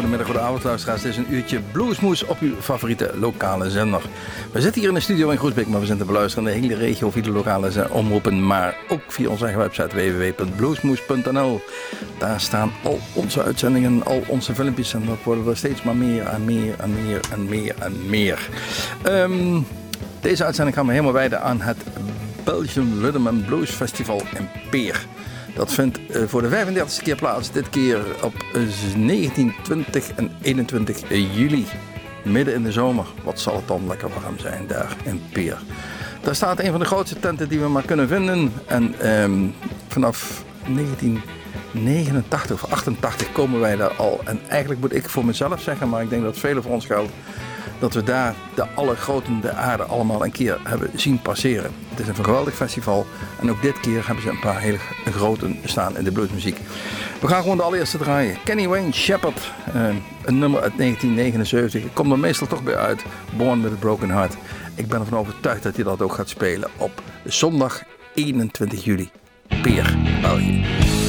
goedemiddag, goedenavond luisteraars. Dit is een uurtje Bluesmoes op uw favoriete lokale zender. We zitten hier in de studio in Groesbeek, maar we zijn te beluisteren in de hele regio via de lokale omroepen, maar ook via onze eigen website www.bluesmoes.nl. Daar staan al onze uitzendingen, al onze filmpjes en dat worden er steeds maar meer en meer en meer en meer en meer. Deze uitzending gaan we helemaal wijden aan het Belgian Rhythm and Blues Festival in Peer. Dat vindt voor de 35e keer plaats, dit keer op 19, 20 en 21 juli. Midden in de zomer. Wat zal het dan lekker warm zijn daar in Peer. Daar staat een van de grootste tenten die we maar kunnen vinden. En vanaf 1989 of 88 komen wij daar al. En eigenlijk moet ik voor mezelf zeggen, maar ik denk dat het velen voor ons geldt, dat we daar de allergroten der aarde allemaal een keer hebben zien passeren. Het is een geweldig festival en ook dit keer hebben ze een paar hele groten staan in de bluesmuziek. We gaan gewoon de allereerste draaien. Kenny Wayne Shepherd, een nummer uit 1979. Ik kom er meestal toch bij uit. Born with a Broken Heart. Ik ben ervan overtuigd dat hij dat ook gaat spelen op zondag 21 juli. Peer, België.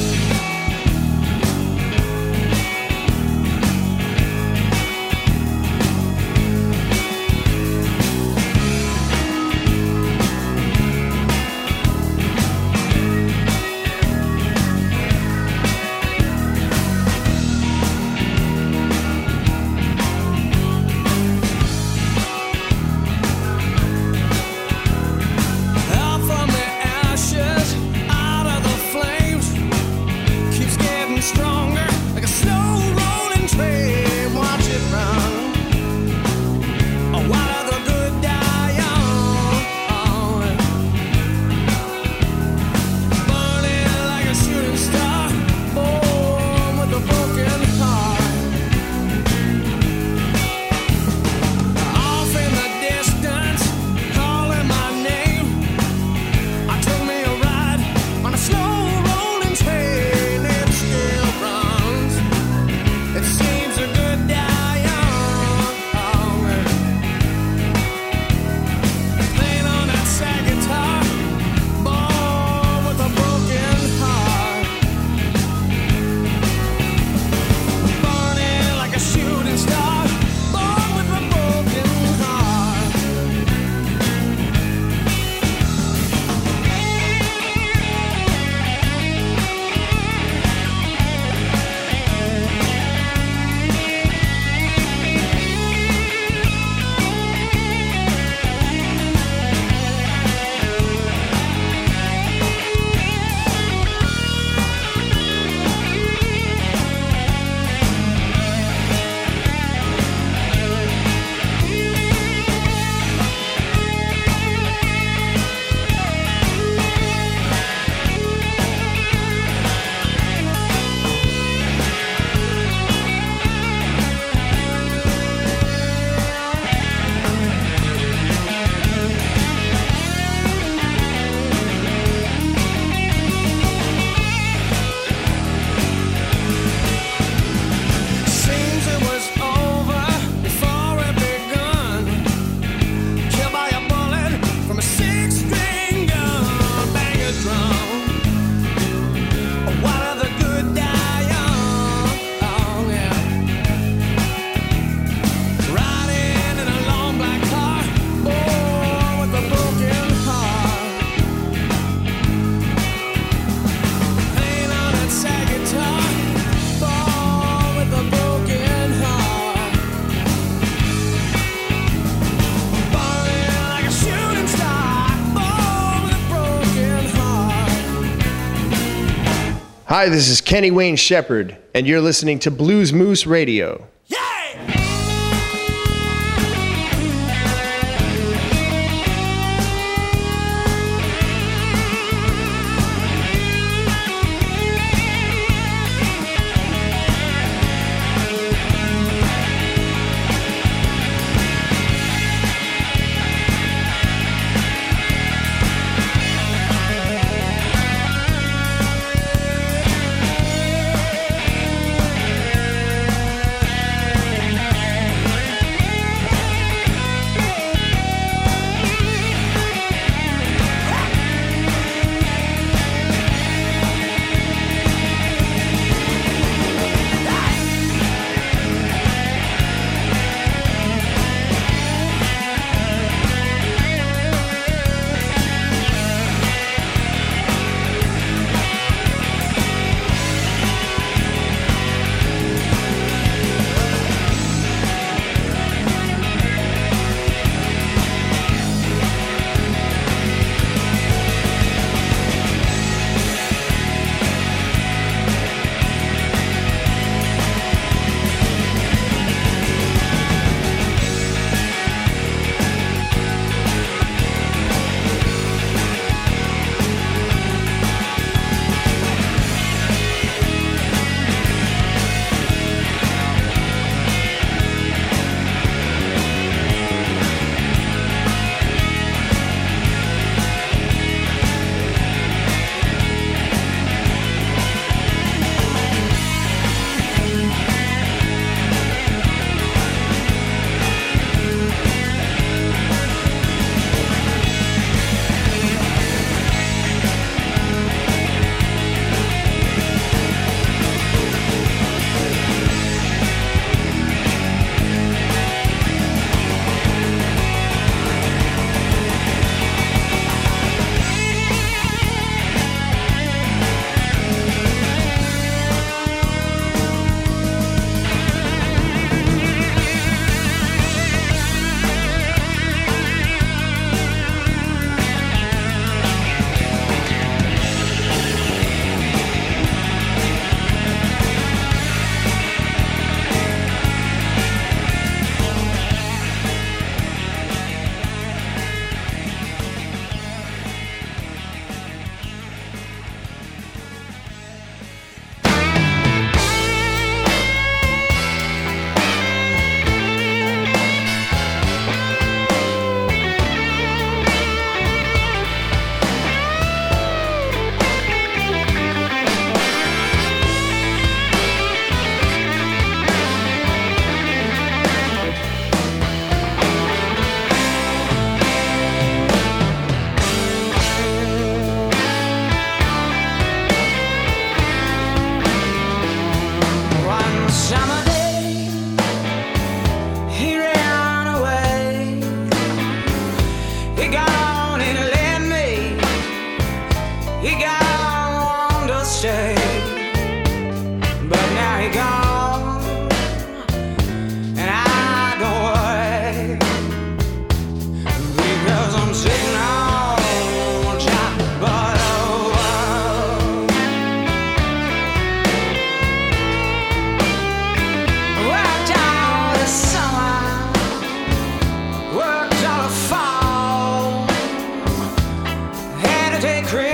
Hi, this is Kenny Wayne Shepherd, and you're listening to Blues Moose Radio.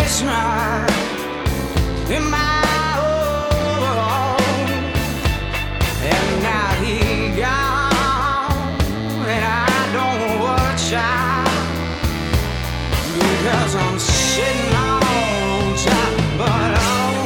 listener in my own, and now he gone, and I don't watch out because I'm sitting on top, but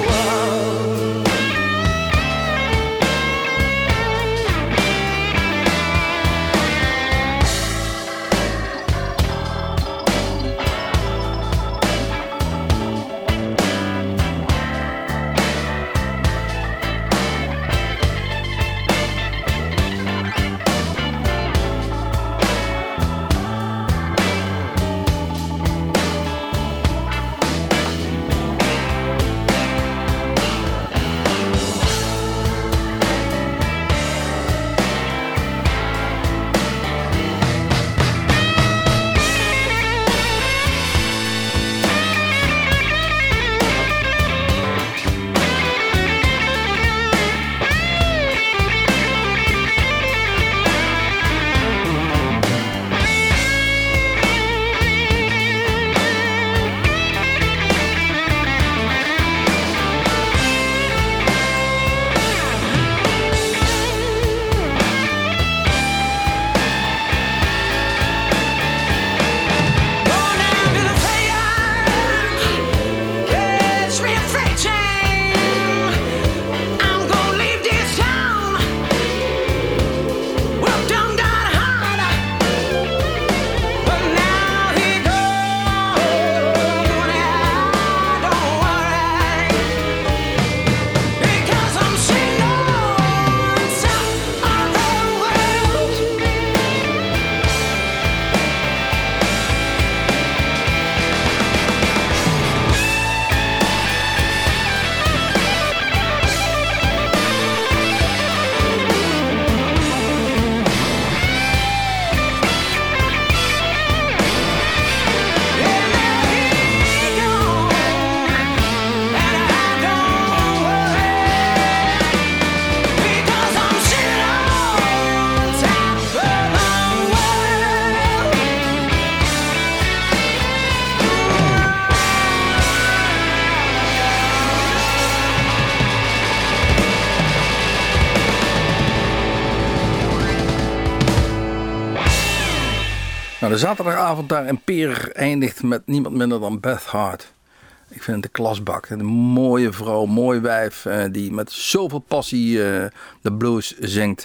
De zaterdagavond daar in Peer eindigt met niemand minder dan Beth Hart. Ik vind het een klasbak. Een mooie vrouw, mooi wijf die met zoveel passie de blues zingt.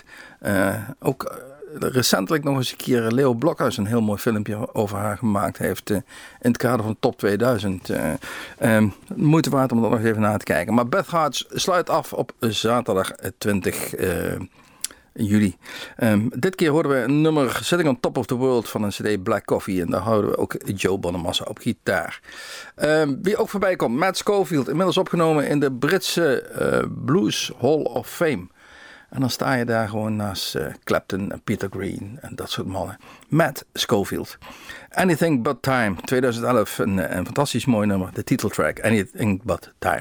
Ook recentelijk nog eens een keer Leo Blokhuis een heel mooi filmpje over haar gemaakt heeft in het kader van Top 2000. Moeite waard om dat nog even na te kijken. Maar Beth Hart sluit af op zaterdag 20 juli. Dit keer hoorden we een nummer Sitting on Top of the World van een CD Black Coffee. En daar houden we ook Joe Bonamassa op gitaar. Wie ook voorbij komt, Matt Schofield. Inmiddels opgenomen in de Britse Blues Hall of Fame. En dan sta je daar gewoon naast Clapton en Peter Green en dat soort mannen. Matt Schofield. Anything But Time. 2011. Een fantastisch mooi nummer. De titeltrack. Anything But Time.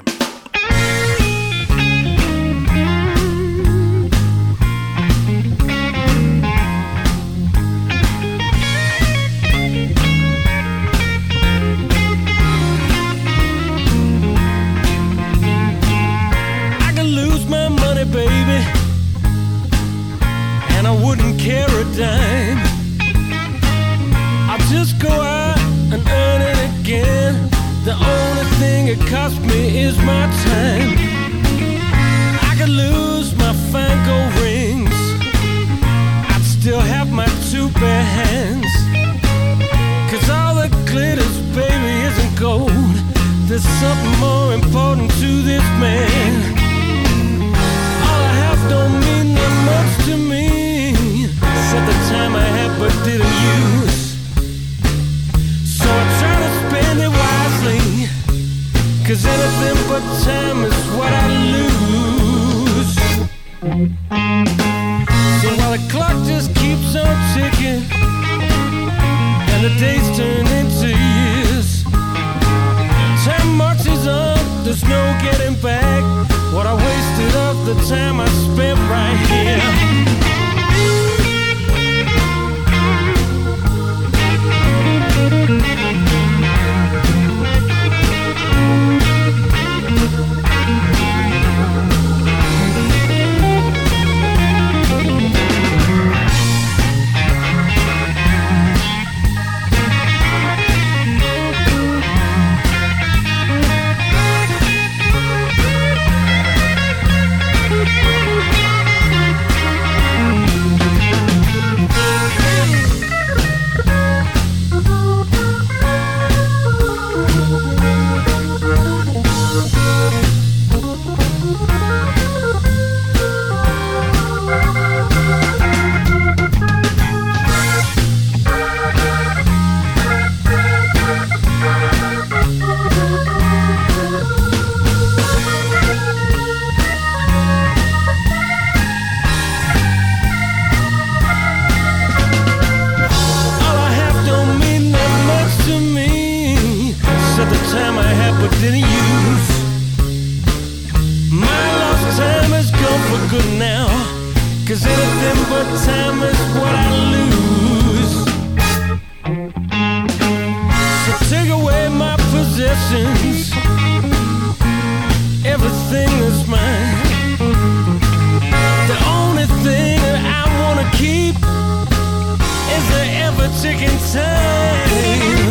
Baby, and I wouldn't care a dime. I'll just go out and earn it again. The only thing it costs me is my time. I could lose my fine gold rings, I'd still have my two bare hands. 'Cause all that glitters, baby, isn't gold. There's something more important to this man. Don't mean that much to me. Said the time I had but didn't use. So I try to spend it wisely, 'cause anything but time is what I lose. So while the clock just keeps on ticking and the days turn into years, time marches on, there's no getting back what I wasted of the time I spent right here. spent the time I had but didn't use. My lost time is gone for good now, 'cause anything but time is what I lose. So take away my possessions, everything is mine. The only thing that I wanna keep is the ever-ticking time.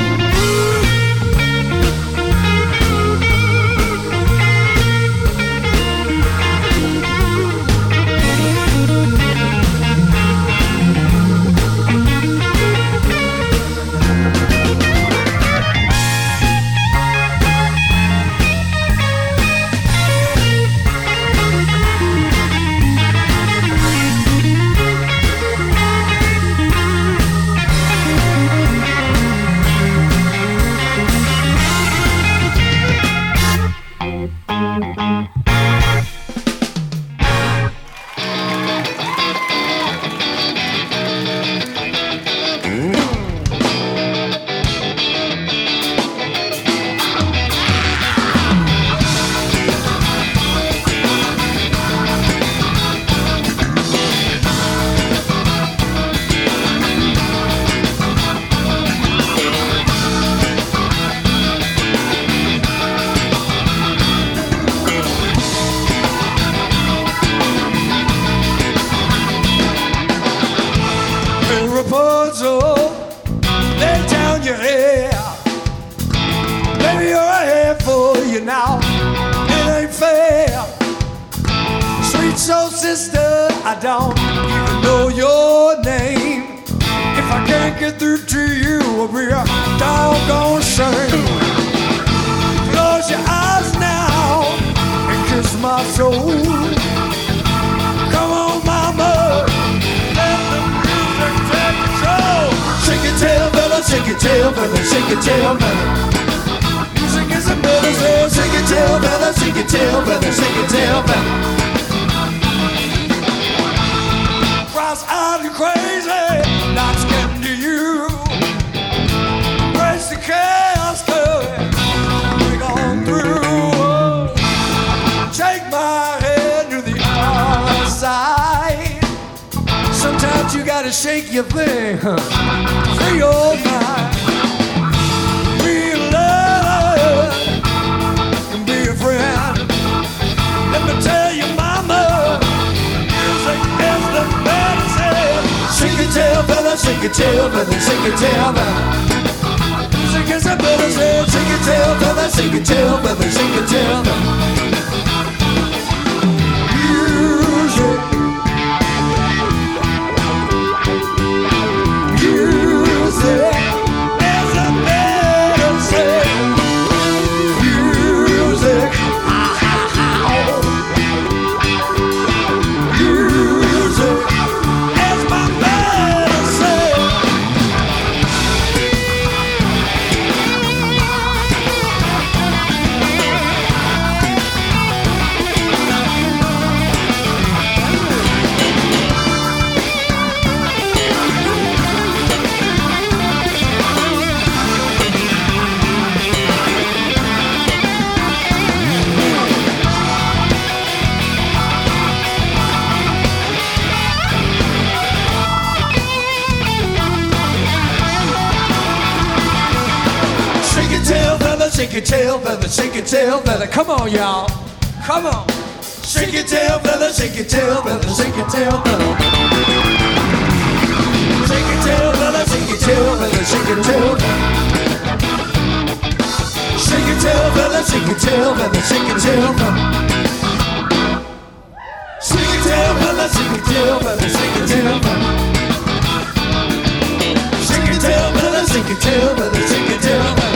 Shake your thing, free your mind. Real love can be a friend. Let me tell you, mama, music is the medicine. Shake your tail, fella, shake your tail, fella, shake your tail, fella. Music is the medicine. Shake your tail, fella, shake your tail, fella, shake your tail, fella. Music. There's a medicine. Music. Music is my medicine. Shake your tail, feather, shake your tail, feather. Come on, y'all. Come on. Shake your tail, feather, shake your tail, feather, shake your tail, feather. Shake your tail, feather, shake your tail, feather, shake your tail, feather. Shake your tail, feather, shake your tail, feather, shake your tail, feather. Shake your tail, feather, shake your tail, feather, shake your tail, feather. Shake your tail, feather, shake your tail, feather, shake your tail, feather.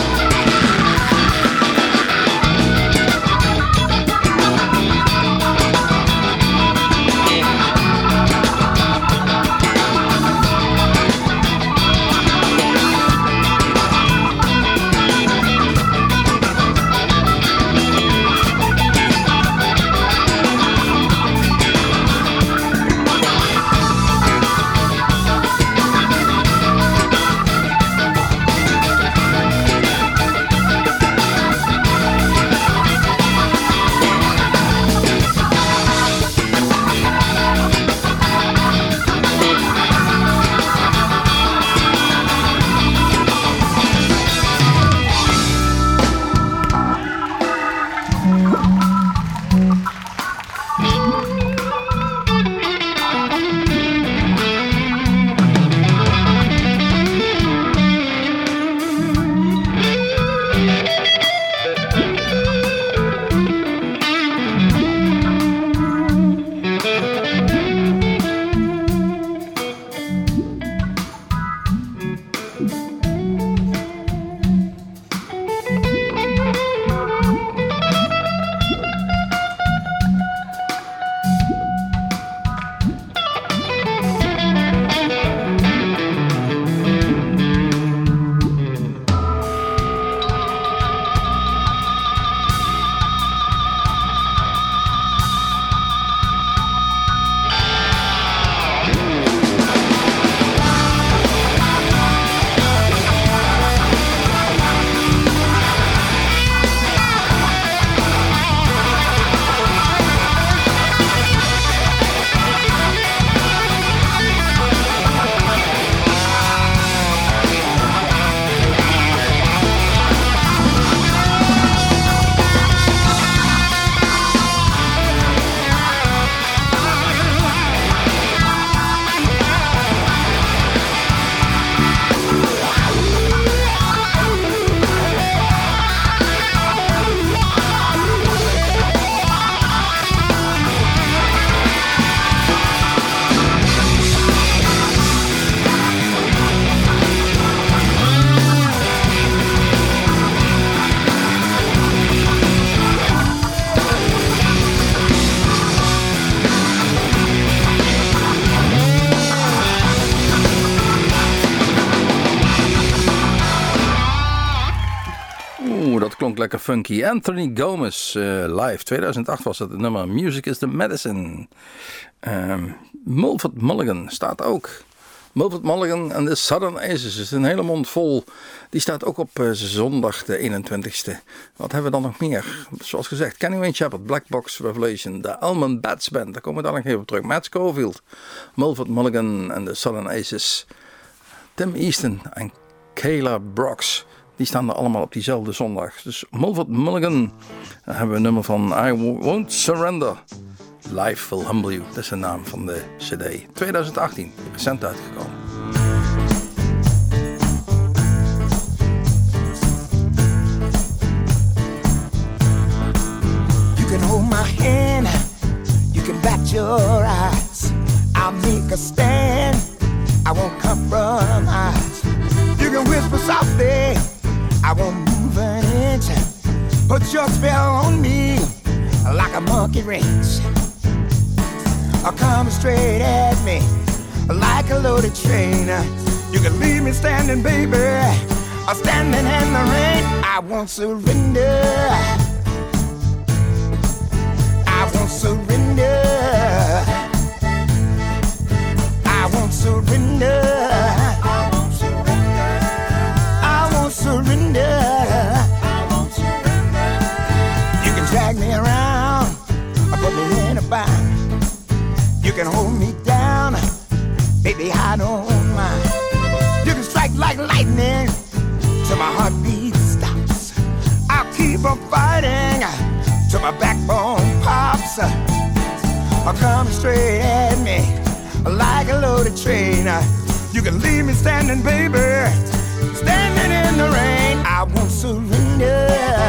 klonk lekker funky. Anthony Gomez, live. 2008 was het nummer Music is the Medicine. Mulford Mulligan staat ook. Mulford Mulligan en de Southern Aces is een hele mond vol. Die staat ook op zondag de 21ste. Wat hebben we dan nog meer? Zoals gezegd, Kenny Wayne Shepherd, Black Box Revelation, de Allman Bats Band. Daar komen we dan nog even op terug. Matt Schofield, Mulford Mulligan en de Southern Aces. Tim Easton en Kayla Brooks. Die staan er allemaal op diezelfde zondag. Dus Mulford Mulligan. Dan hebben we een nummer van I Won't Surrender. Life Will Humble You. Dat is de naam van de CD. 2018. Recent uitgekomen. You can hold my hand. You can bat your eyes. I'll make a stand. I won't compromise. You can whisper softly. I won't move an inch. Put your spell on me like a monkey wrench. Come straight at me like a loaded train. You can leave me standing, baby, standing in the rain. I won't surrender. I won't surrender. I won't surrender. I won't surrender. I won't surrender. I won't surrender. You can drag me around or put me in a bind. You can hold me down, baby, I don't mind. You can strike like lightning till my heartbeat stops. I'll keep on fighting till my backbone pops. I'll come straight at me like a loaded train. You can leave me standing, baby, standing in the rain. I won't surrender.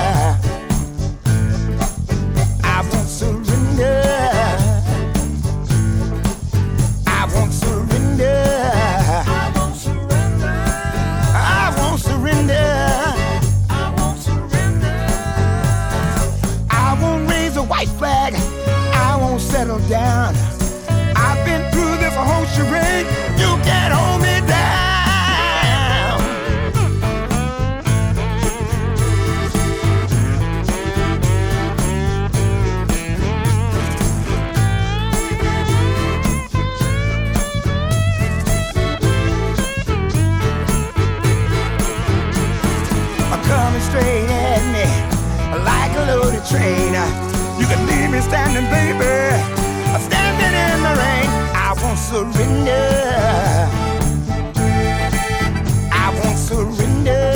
I won't surrender. I won't surrender. I won't surrender. I won't surrender. I won't surrender. I won't raise a white flag. I won't settle down. I've been through this whole charade. You can't hold me down. Straight at me like a loaded train. You can leave me standing, baby, standing in the rain. I won't surrender. I won't surrender.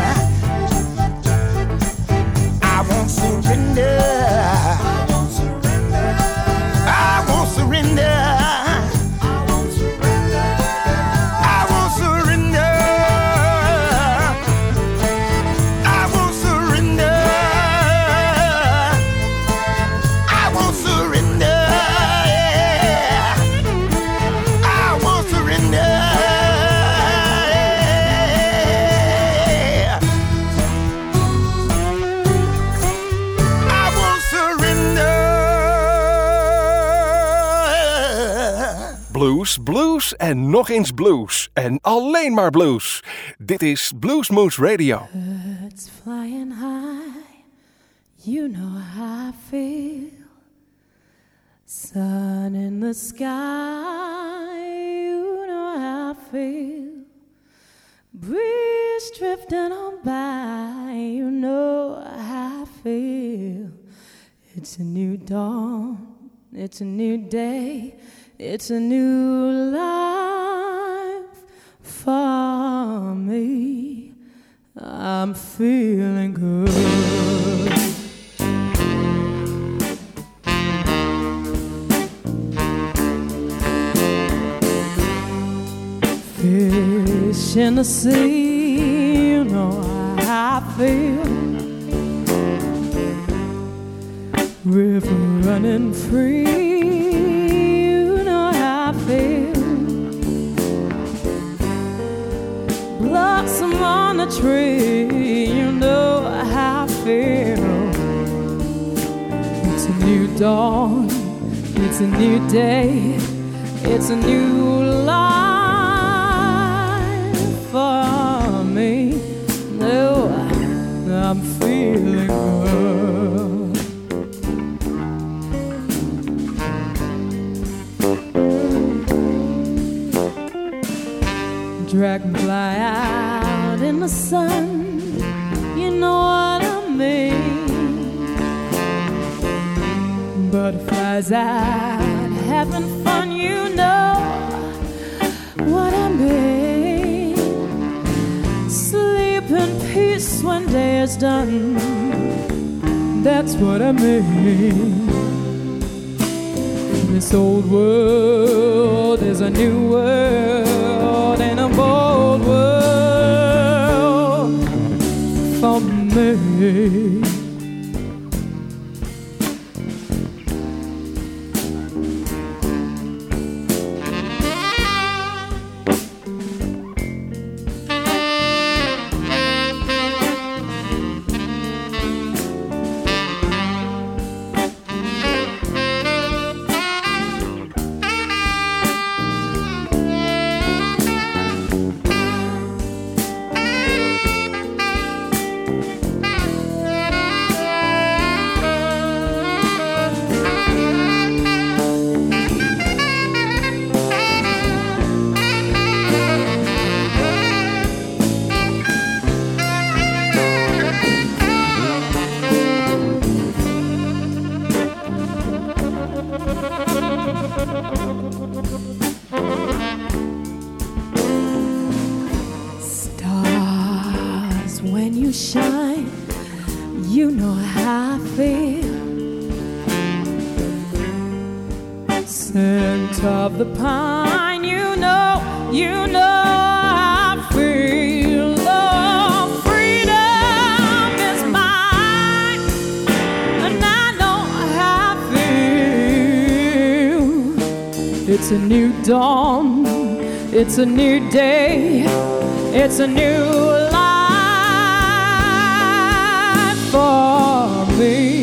I won't surrender. I won't surrender. I won't surrender. I won't surrender. I won't surrender. Blues en nog eens blues. En alleen maar blues. Dit is Blues Moose Radio. Birds flying high, you know how I feel. Sun in the sky, you know how I feel. Breeze drifting on by, you know how I feel. It's a new dawn, it's a new day. It's a new life for me. I'm feeling good. Fish in the sea, you know how I feel. River running free. Blossom on the tree, you know how I feel. It's a new dawn, it's a new day, it's a new life for me. No, I'm free. feeling good. Dragonfly out in the sun, you know what I mean. Butterflies out having fun, you know what I mean. Sleep in peace when day is done, that's what I mean. This old world is a new world and a bold world for me. Stars, when you shine, you know how I feel. Scent of the pine, you know how I feel. Oh, freedom is mine, and I know how I feel. It's a new dawn, it's a new day, it's a new life for me.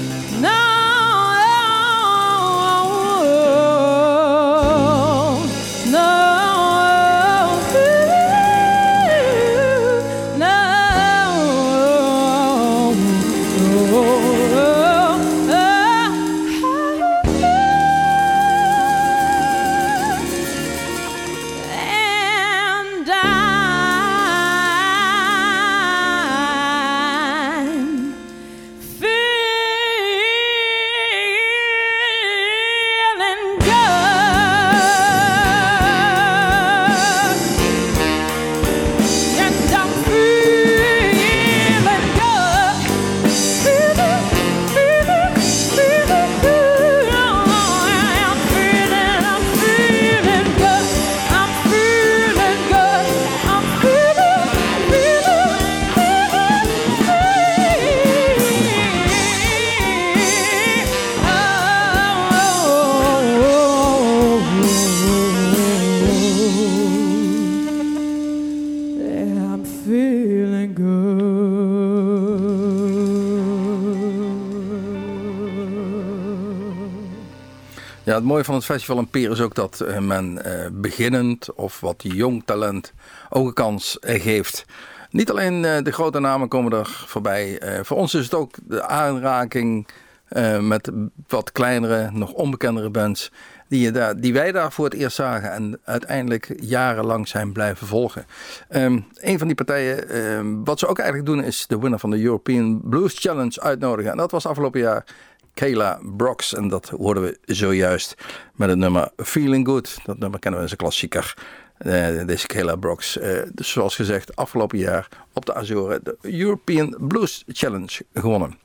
Ja, het mooie van het festival in Peer is ook dat men beginnend of wat jong talent ook een kans geeft. Niet alleen de grote namen komen er voorbij. Voor ons is het ook de aanraking met wat kleinere, nog onbekendere bands die wij daar voor het eerst zagen en uiteindelijk jarenlang zijn blijven volgen. Een van die partijen, wat ze ook eigenlijk doen, is de winnaar van de European Blues Challenge uitnodigen. En dat was afgelopen jaar Kayla Brooks. En dat hoorden we zojuist met het nummer Feeling Good. Dat nummer kennen we als een klassieker. Deze Kayla Brooks, dus zoals gezegd, afgelopen jaar op de Azoren de European Blues Challenge gewonnen.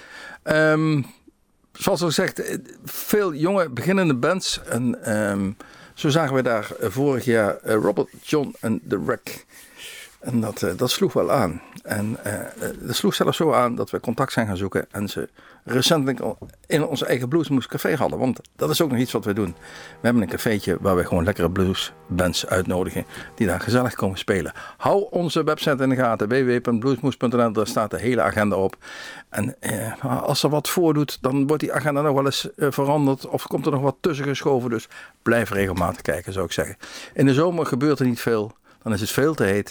Zoals al gezegd, veel jonge beginnende bands. En zo zagen we daar vorig jaar Robert John en The Wreck. En dat sloeg wel aan. En dat sloeg zelfs zo aan dat we contact zijn gaan zoeken. En ze recentelijk in ons eigen Bluesmoose café hadden. Want dat is ook nog iets wat we doen. We hebben een cafeetje waar we gewoon lekkere bluesbands uitnodigen. Die daar gezellig komen spelen. Hou onze website in de gaten. www.bluesmoose.nl. Daar staat de hele agenda op. En als er wat voordoet, dan wordt die agenda nog wel eens veranderd. Of komt er nog wat tussen geschoven. Dus blijf regelmatig kijken, zou ik zeggen. In de zomer gebeurt er niet veel. Dan is het veel te heet.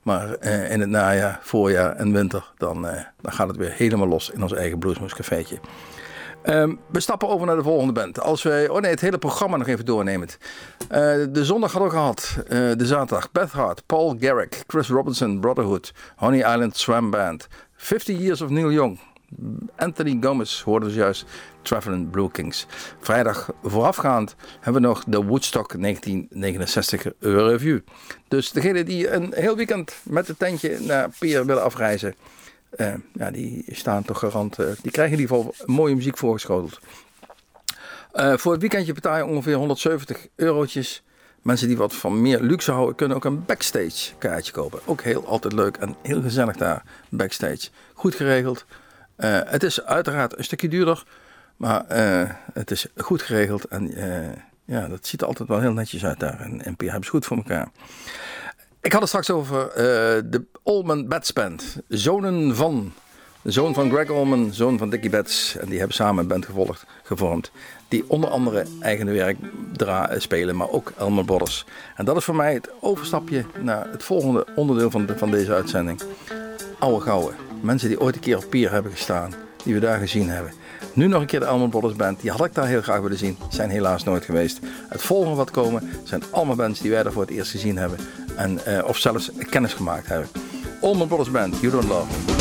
Maar in het najaar, voorjaar en winter, dan gaat het weer helemaal los in ons eigen Bluesmoose cafeetje. We stappen over naar de volgende band. Als wij, het hele programma nog even doornemen. De zondag hadden we gehad. De zaterdag, Beth Hart, Paul Garrick, Chris Robinson, Brotherhood, Honey Island Swam Band, 50 Years of Neil Young, Anthony Gomez, hoorden we juist, Traveling Blue Kings. Vrijdag voorafgaand hebben we nog de Woodstock 1969 Review. Dus degene die een heel weekend met het tentje naar Pier willen afreizen, die staan toch garant. Die krijgen in ieder geval mooie muziek voorgeschoteld. Voor het weekendje betaal je ongeveer €170. Mensen die wat van meer luxe houden, kunnen ook een backstage kaartje kopen. Ook altijd leuk en heel gezellig daar, backstage. Goed geregeld. Het is uiteraard een stukje duurder, maar het is goed geregeld. En dat ziet er altijd wel heel netjes uit daar. En NPR hebben ze goed voor elkaar. Ik had het straks over de Allman Betts Band. De zoon van Greg Allman, zoon van Dickie Betts. En die hebben samen een band gevormd. Die onder andere eigen werk spelen, maar ook Allman Brothers. En dat is voor mij het overstapje naar het volgende onderdeel van deze uitzending. Oude gouden. Mensen die ooit een keer op Pier hebben gestaan. Die we daar gezien hebben. Nu nog een keer de Allman Brothers Band. Die had ik daar heel graag willen zien. Zijn helaas nooit geweest. Het volgende wat komen zijn allemaal bands die wij daar voor het eerst gezien hebben. Of zelfs kennis gemaakt hebben. Allman Brothers Band, You Don't Love Me.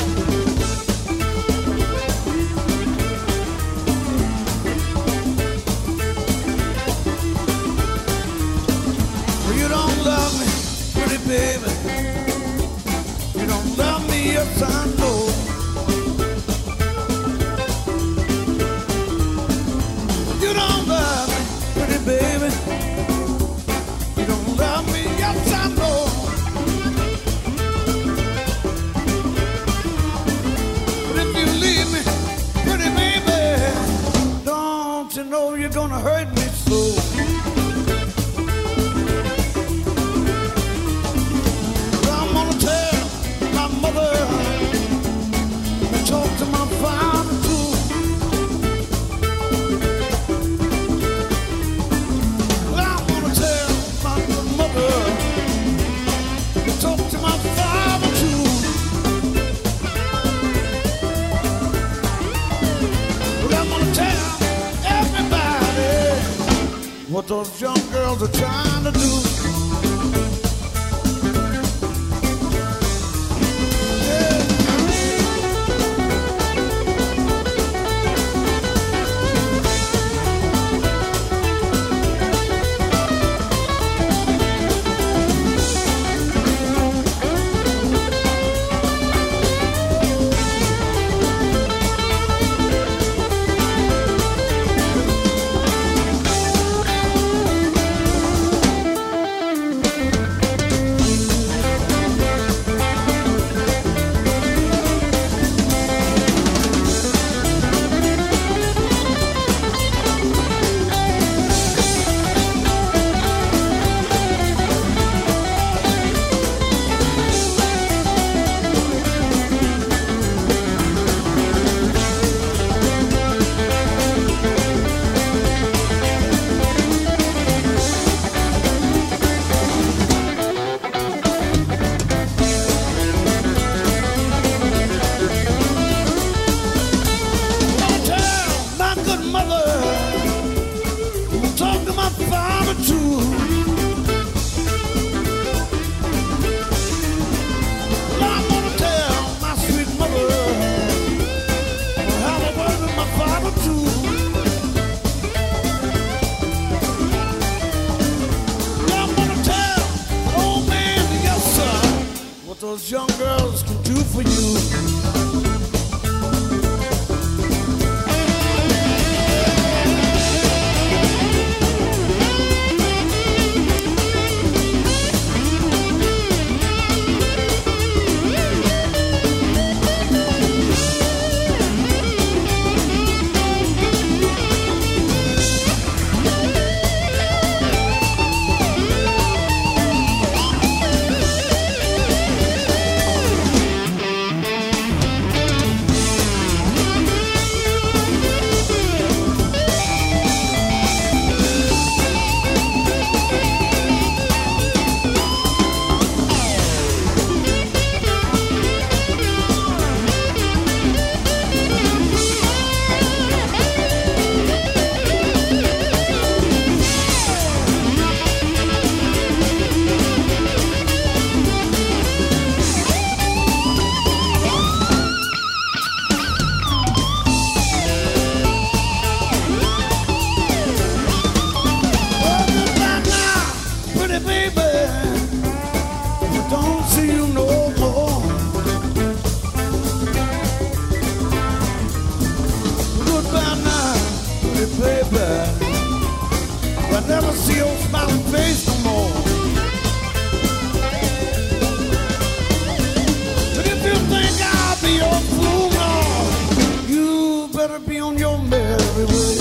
You don't love me, pretty baby. You don't love me, yes I know. You don't love me, pretty baby. You don't love me, yes I know. But if you leave me, pretty baby, don't you know you're gonna hurt me so? Talk to my father too. Well, I wanna tell my mother. Talk to my father too. Well, I wanna tell everybody what those young girls are trying to do. Those young girls can do for you. baby. I never see your smiling face no more. But if you think I'll be your fool now, you better be on your merry way.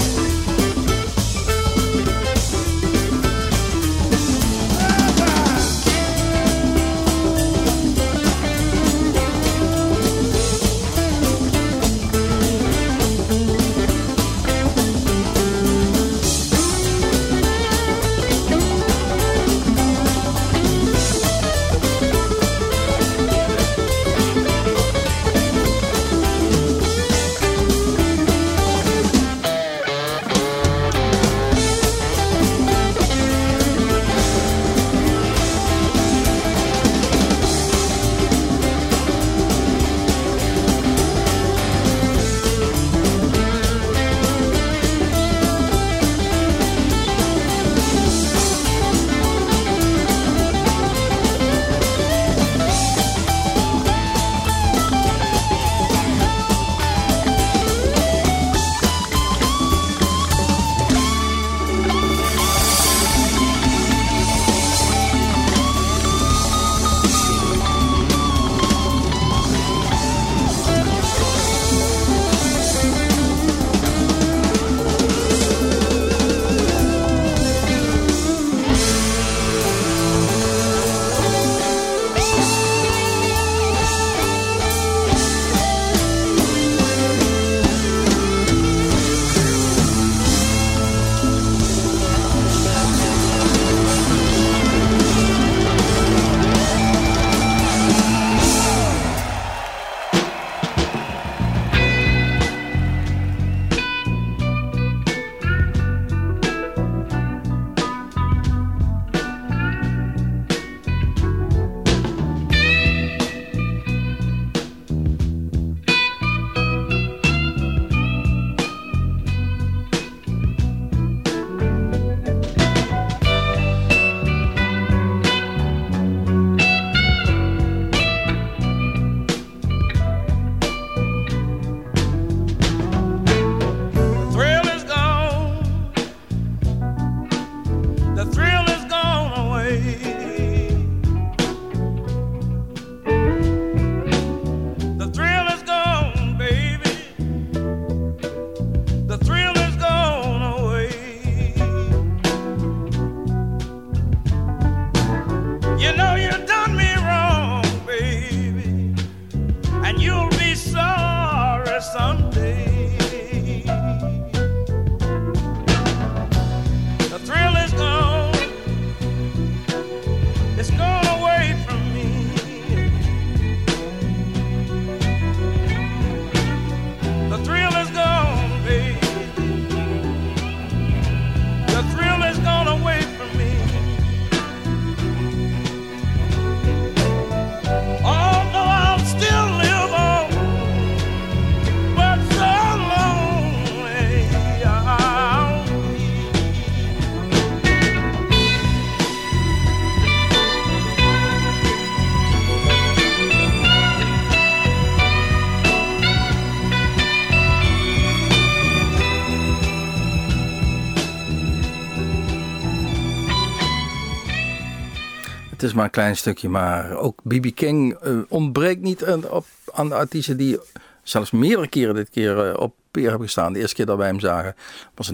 Het is maar een klein stukje, maar ook B.B. King ontbreekt niet aan de artiesten die zelfs meerdere keren dit keer op peer hebben gestaan. De eerste keer dat wij hem zagen was in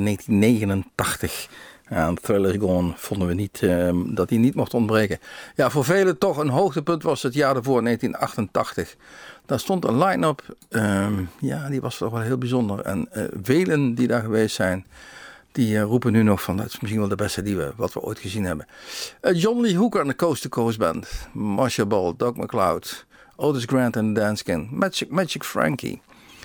1989. En Thriller Gone vonden we niet dat hij niet mocht ontbreken. Ja, voor velen toch een hoogtepunt was het jaar daarvoor, 1988. Daar stond een line-up, die was toch wel heel bijzonder. En velen die daar geweest zijn, die roepen nu nog van, dat is misschien wel de beste wat we ooit gezien hebben. John Lee Hooker en de Coast to Coast Band. Marcia Ball, Doug McLeod, Otis Grant en Danskin, Magic Frankie.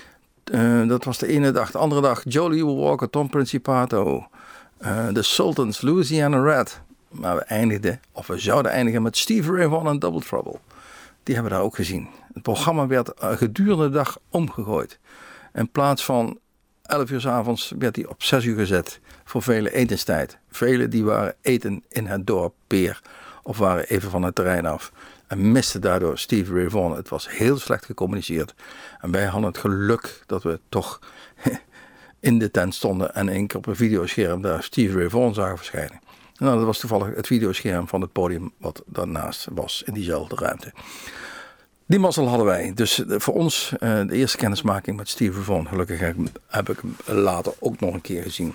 Dat was de ene dag. De andere dag Jolie Walker, Tom Principato, The Sultans, Louisiana Red. Maar we zouden eindigen met Stevie Ray Vaughan en Double Trouble. Die hebben we daar ook gezien. Het programma werd gedurende de dag omgegooid. In plaats van 11 uur 's avonds werd hij op 6 uur gezet voor vele etenstijd. Velen die waren eten in het dorp Peer of waren even van het terrein af en misten daardoor Stevie Ray Vaughan. Het was heel slecht gecommuniceerd en wij hadden het geluk dat we toch in de tent stonden en één keer op een videoscherm daar Stevie Ray Vaughan zagen verschijnen. Nou, dat was toevallig het videoscherm van het podium wat daarnaast was in diezelfde ruimte. Die mazzel hadden wij. Dus voor ons de eerste kennismaking met Stevie Ray Vaughan. Gelukkig heb ik hem later ook nog een keer gezien.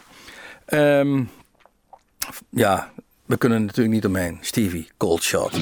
Ja, we kunnen natuurlijk niet omheen. Stevie, Cold Shot.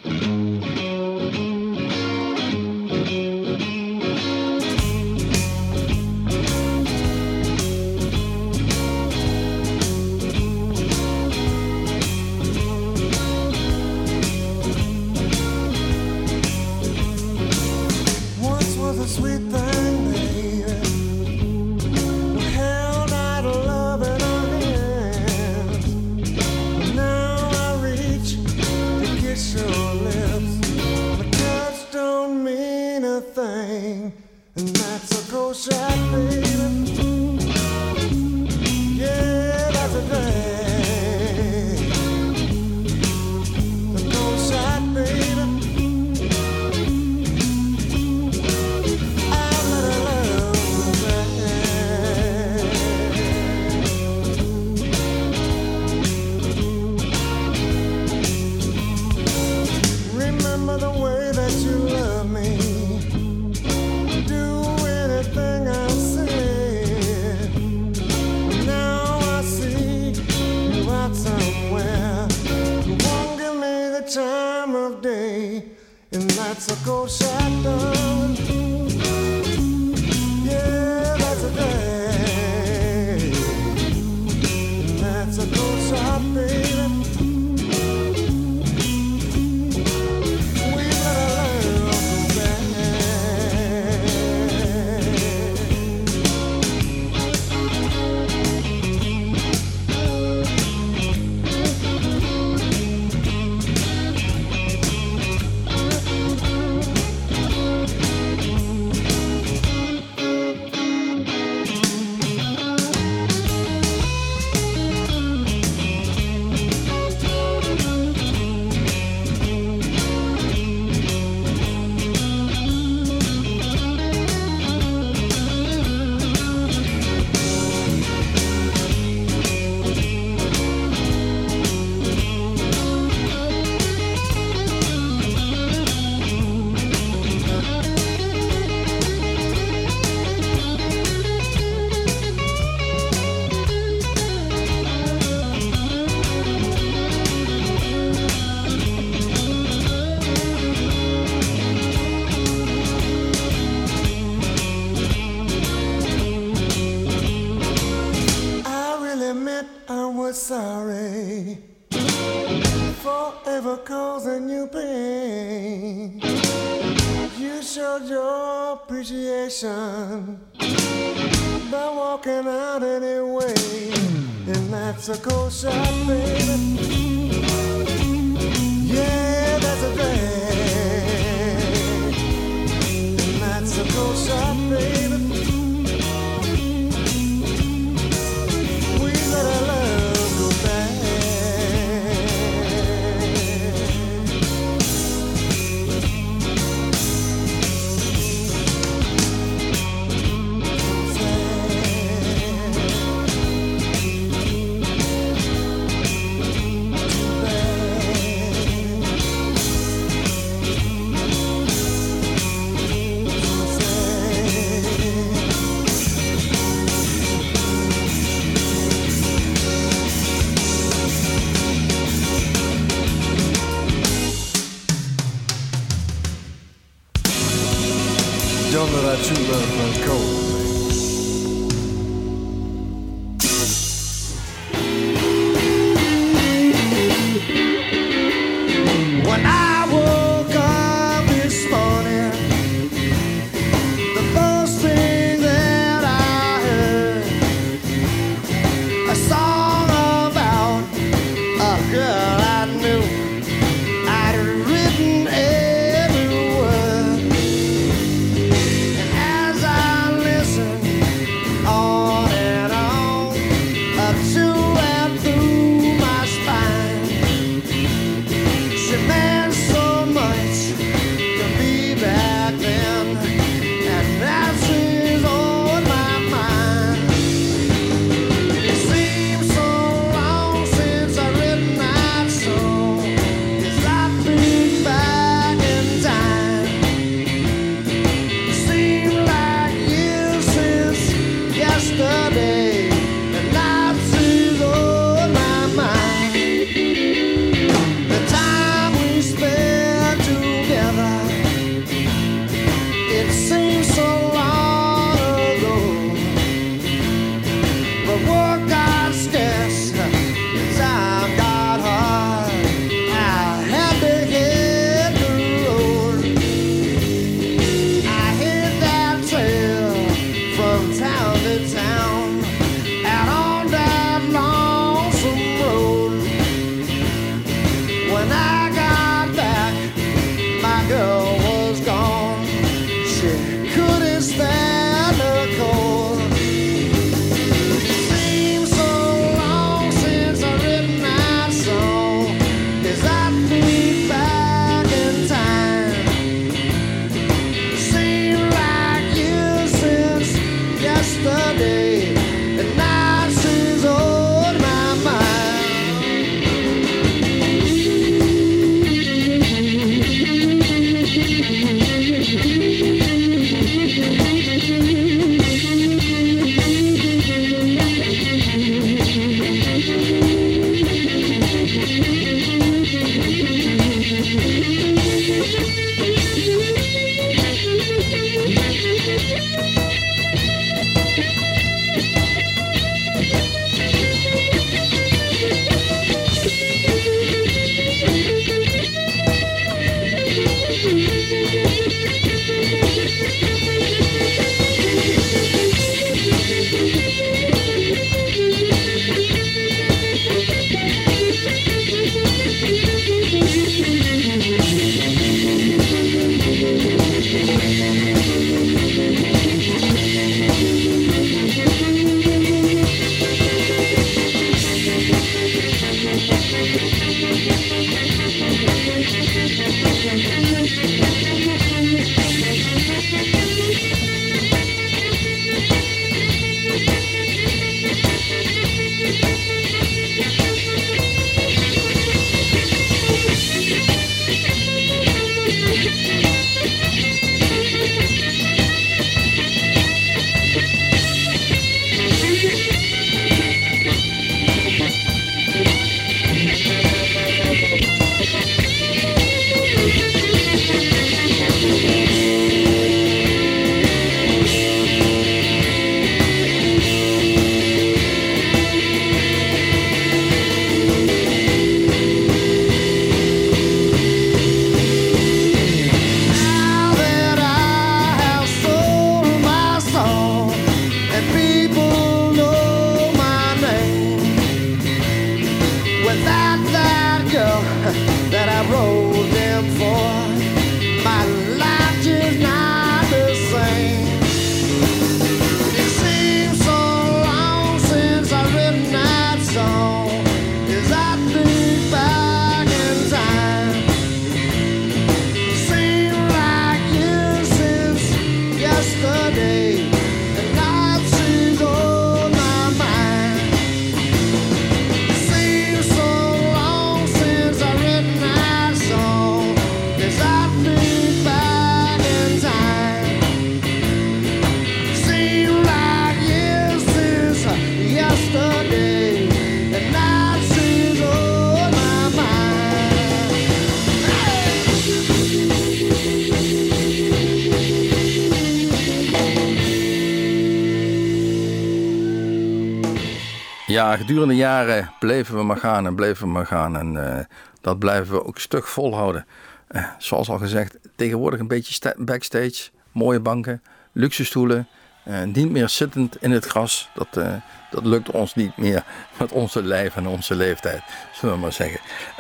Sorry for ever causing you pain. You showed your appreciation by walking out anyway, and that's a cold shot, baby. Yeah, that's a thing, and that's a cold shot, baby. We let our love go back. Ja, gedurende jaren bleven we maar gaan en bleven we maar gaan. En dat blijven we ook stug volhouden. Zoals al gezegd, tegenwoordig een beetje backstage. Mooie banken, luxe stoelen. Niet meer zittend in het gras. Dat lukt ons niet meer met onze lijf en onze leeftijd, zullen we maar zeggen.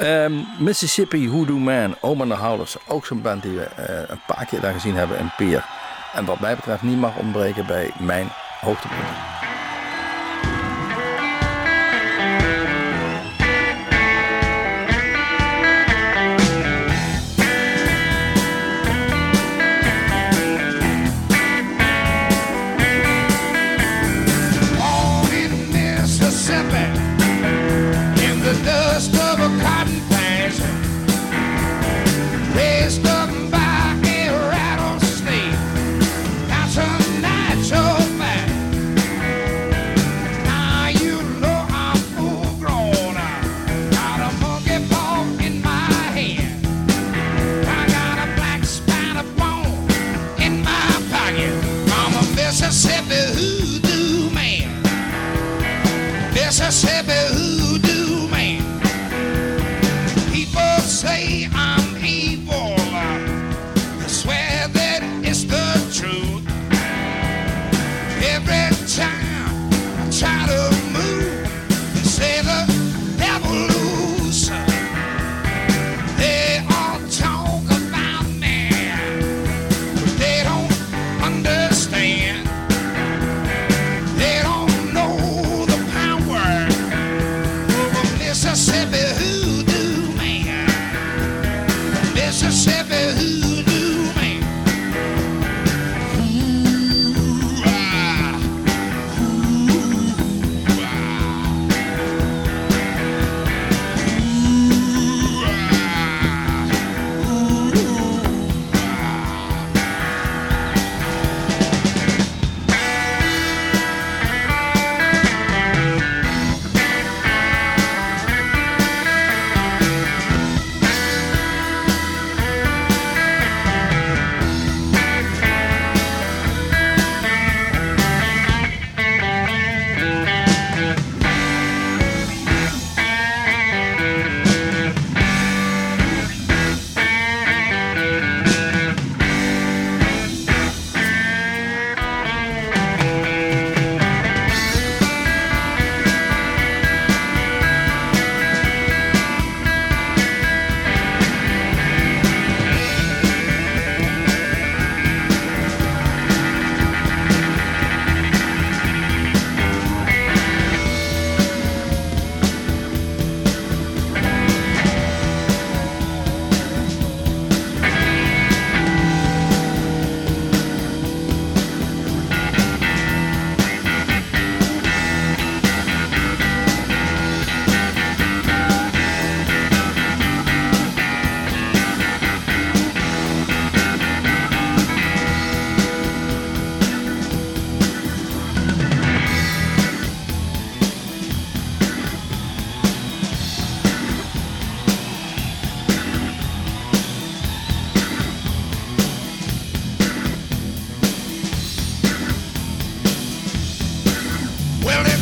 Mississippi Hoodoo Man, Oma de Howlers. Ook zo'n band die we een paar keer daar gezien hebben in Peer. En wat mij betreft niet mag ontbreken bij mijn hoogtepunten. Dust of a cotton plantation, raised up by a rattlesnake. Got some night so fat.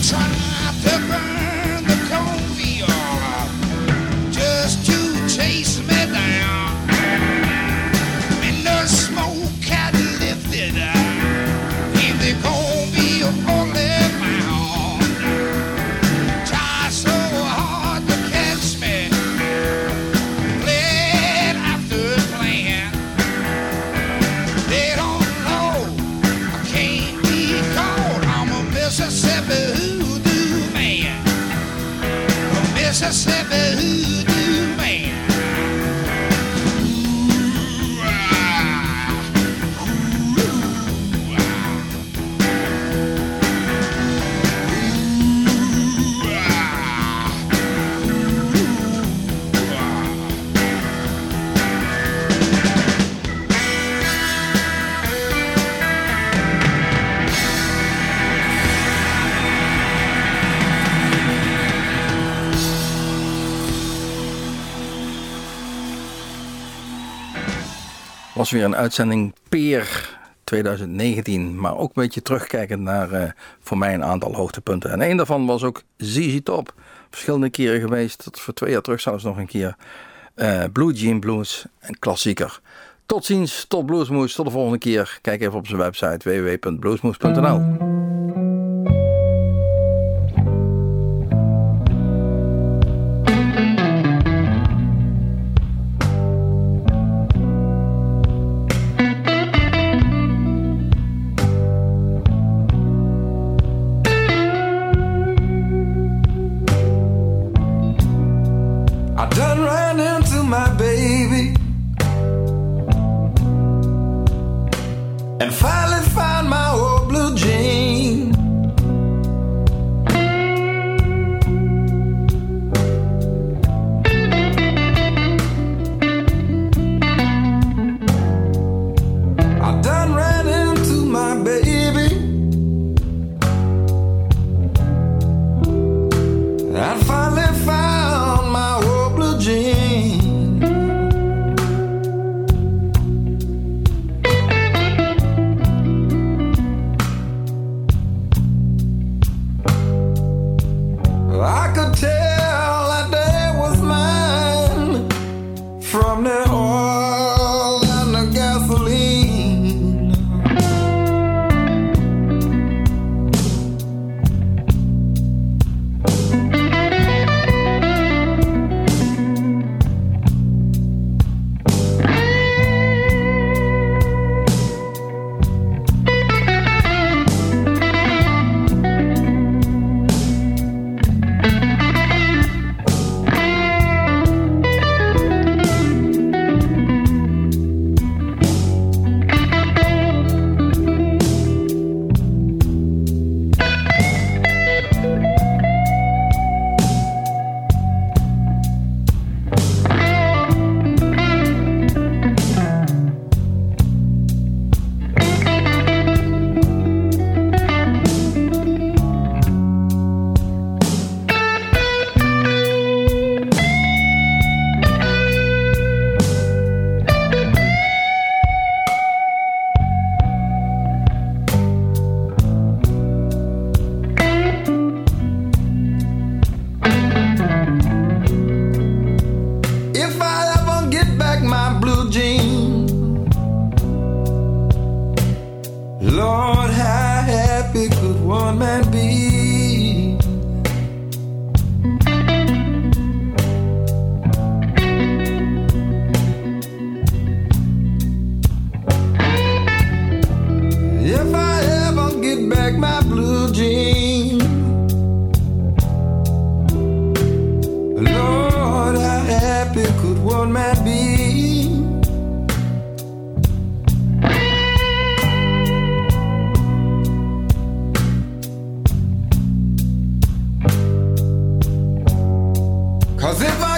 Was weer een uitzending Peer 2019, maar ook een beetje terugkijkend naar voor mij een aantal hoogtepunten. En een daarvan was ook ZZ Top. Verschillende keren geweest, tot voor 2 jaar terug zelfs nog een keer. Blue Jean Blues, een klassieker. Tot ziens, tot Bluesmoose, tot de volgende keer. Kijk even op zijn website www.bluesmoose.nl. And finally found my old blue jean. I done ran into my baby. I finally found my old blue jean. I could tell that day was mine from the oil and the gasoline. Lord, how happy could one man be? If I ever get back my blue jeans, Lord, how happy could one man be? 'Cause if